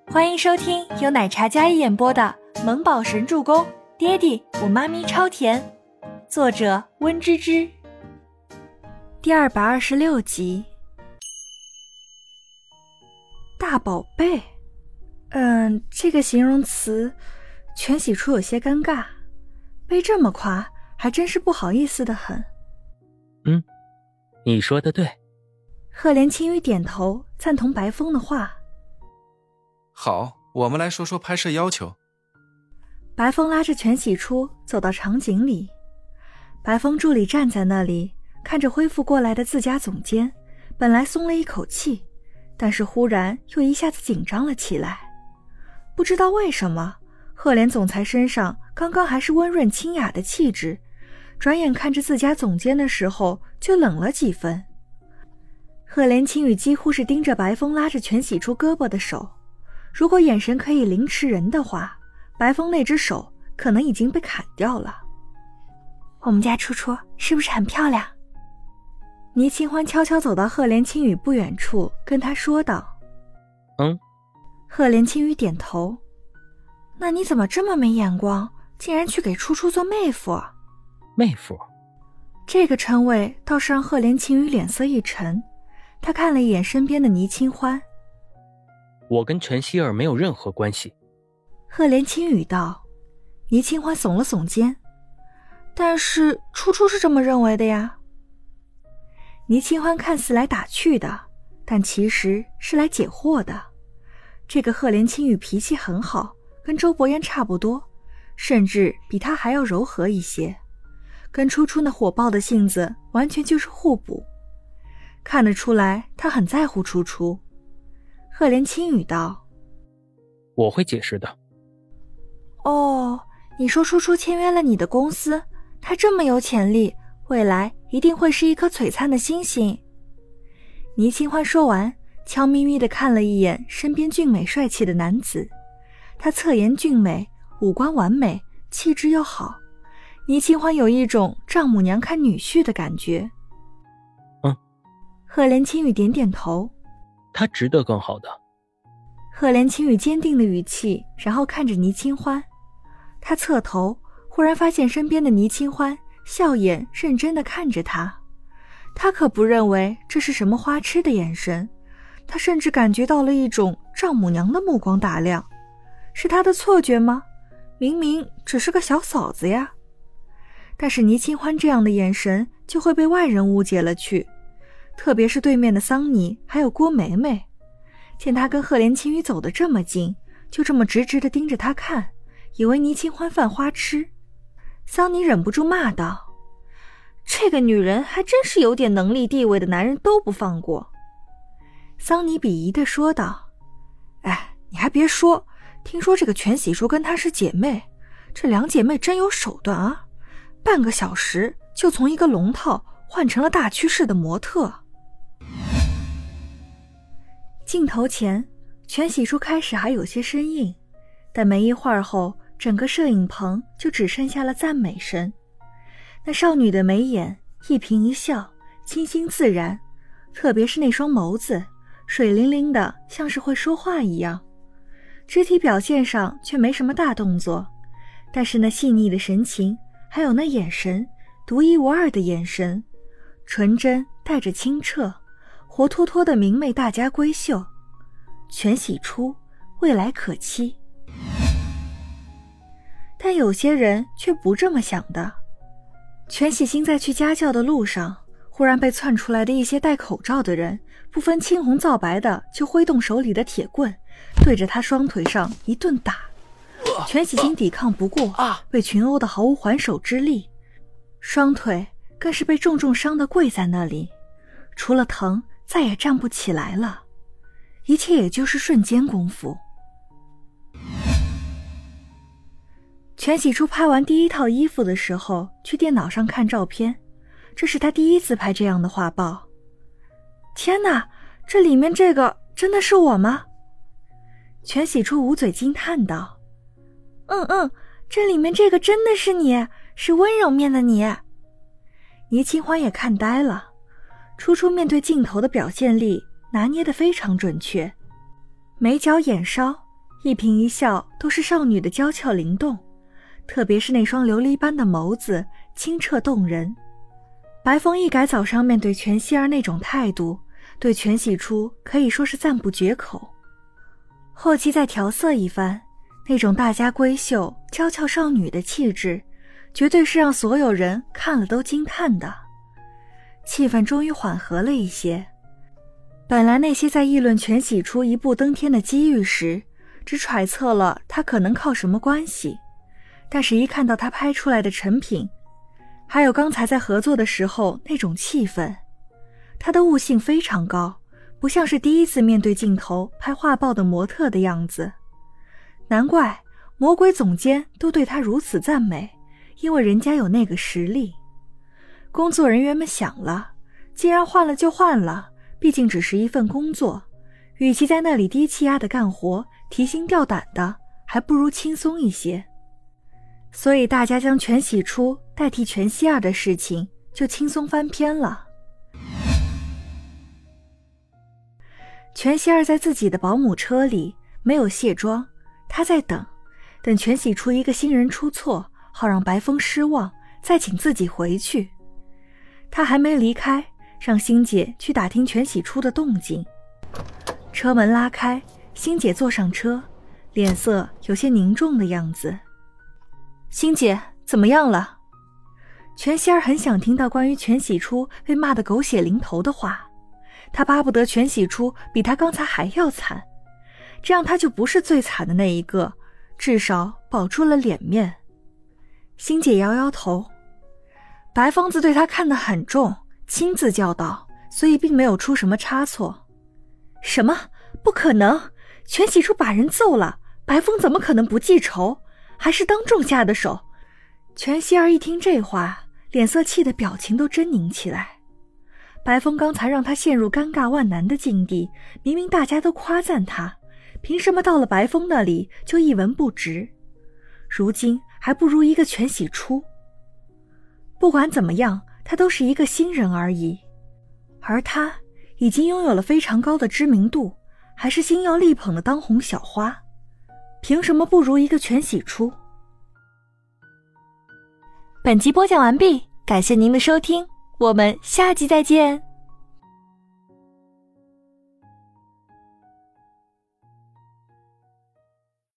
欢迎收听由奶茶嘉一演播的《萌宝神助攻》，爹地我妈咪超甜，作者温芝芝。第226集。大宝贝，这个形容词，全喜初有些尴尬，被这么夸，还真是不好意思得很。 你说的对。 赫连青羽点头，赞同白风的话。 好，我们来说说拍摄要求。 白风拉着全喜初走到场景里，白风助理站在那里，看着恢复过来的自家总监，本来松了一口气，但是忽然又一下子紧张了起来。不知道为什么，赫连总裁身上刚刚还是温润清雅的气质，转眼看着自家总监的时候就冷了几分。赫连青羽几乎是盯着白风拉着全喜初胳膊的手，如果眼神可以凌迟人的话，白风那只手可能已经被砍掉了。我们家初初是不是很漂亮？倪清欢悄悄走到赫连青羽不远处，跟他说道。赫连青羽点头。那你怎么这么没眼光，竟然去给初初做妹夫？ 妹夫？ 这个称谓倒是让赫连青羽脸色一沉，他看了一眼身边的倪清欢。 我跟全希儿没有任何关系。 赫连青羽道。倪清欢耸了耸肩。但是初初是这么认为的呀。倪清欢看似来打趣的，但其实是来解惑的。这个赫连青羽脾气很好，跟周伯言差不多，甚至比他还要柔和一些，跟初初那火爆的性子完全就是互补。看得出来他很在乎初初。赫连青羽道。 我会解释的。 哦，你说初初签约了你的公司，他这么有潜力，未来一定会是一颗璀璨的星星。倪清欢说完，悄咪咪地看了一眼身边俊美帅气的男子，他侧颜俊美，五官完美，气质又好，倪清欢有一种丈母娘看女婿的感觉。赫连青羽点点头。 他值得更好的。 赫连青羽坚定的语气，然后看着倪清欢。他侧头，忽然发现身边的倪清欢笑眼认真地看着他。他可不认为这是什么花痴的眼神，他甚至感觉到了一种丈母娘的目光打量。是他的错觉吗？明明只是个小嫂子呀。但是倪清欢这样的眼神就会被外人误解了去，特别是对面的桑尼还有郭梅梅，见他跟赫连青羽走得这么近，就这么直直地盯着他看，以为倪清欢犯花痴。桑尼忍不住骂道，这个女人还真是有点能力地位的男人都不放过。桑尼鄙夷地说道，你还别说，听说这个全喜初跟她是姐妹，这两姐妹真有手段啊，半个小时就从一个龙套换成了大趋势的模特。镜头前，全喜初开始还有些生硬，但没一会儿后，整个摄影棚就只剩下了赞美声。那少女的眉眼一颦一笑，清新自然，特别是那双眸子，水灵灵的，像是会说话一样。肢体表现上却没什么大动作，但是那细腻的神情，还有那眼神，独一无二的眼神，纯真带着清澈，活脱脱的明媚大家闺秀。全喜初，未来可期。但有些人却不这么想的。全喜星在去家教的路上，忽然被窜出来的一些戴口罩的人，不分青红皂白的就挥动手里的铁棍，对着他双腿上一顿打。全喜星抵抗不过，被群殴的毫无还手之力，双腿更是被重重伤得跪在那里，除了疼再也站不起来了。一切也就是瞬间功夫。全喜初拍完第一套衣服的时候，去电脑上看照片，这是他第一次拍这样的画报。天哪，这里面这个真的是我吗？全喜初捂嘴惊叹道。这里面这个真的是你，是温柔面的你。倪清欢也看呆了，初初面对镜头的表现力拿捏得非常准确，眉角眼梢一颦一笑都是少女的娇俏灵动，特别是那双琉璃般的眸子，清澈动人。白风一改早上面对全希儿那种态度，对全喜初可以说是赞不绝口。后期再调色一番，那种大家闺秀、娇俏少女的气质，绝对是让所有人看了都惊叹的。气氛终于缓和了一些。本来那些在议论全喜初一步登天的机遇时，只揣测了他可能靠什么关系，但是一看到他拍出来的成品，还有刚才在合作的时候那种气氛，他的悟性非常高，不像是第一次面对镜头拍画报的模特的样子。难怪魔鬼总监都对他如此赞美，因为人家有那个实力。工作人员们想了，既然换了就换了，毕竟只是一份工作，与其在那里低气压的干活，提心吊胆的，还不如轻松一些。所以大家将全喜初代替全希儿的事情就轻松翻篇了。全希儿在自己的保姆车里没有卸妆，她在等全喜初一个新人出错，好让白风失望，再请自己回去。她还没离开，让星姐去打听全喜初的动静。车门拉开，星姐坐上车，脸色有些凝重的样子。星姐，怎么样了？全希儿很想听到关于全喜初被骂得狗血淋头的话，她巴不得全喜初比她刚才还要惨，这样她就不是最惨的那一个，至少保住了脸面。星姐摇摇头，白疯子对她看得很重，亲自教导，所以并没有出什么差错。什么？不可能！全喜初把人揍了，白风怎么可能不记仇？还是当众下的手。全希儿一听这话，脸色气得表情都狰狞起来。白风刚才让他陷入尴尬万难的境地，明明大家都夸赞他，凭什么到了白风那里就一文不值？如今还不如一个全喜初。不管怎么样，他都是一个新人而已，而他已经拥有了非常高的知名度，还是星耀力捧的当红小花，凭什么不如一个全喜初？本集播讲完毕，感谢您的收听，我们下集再见。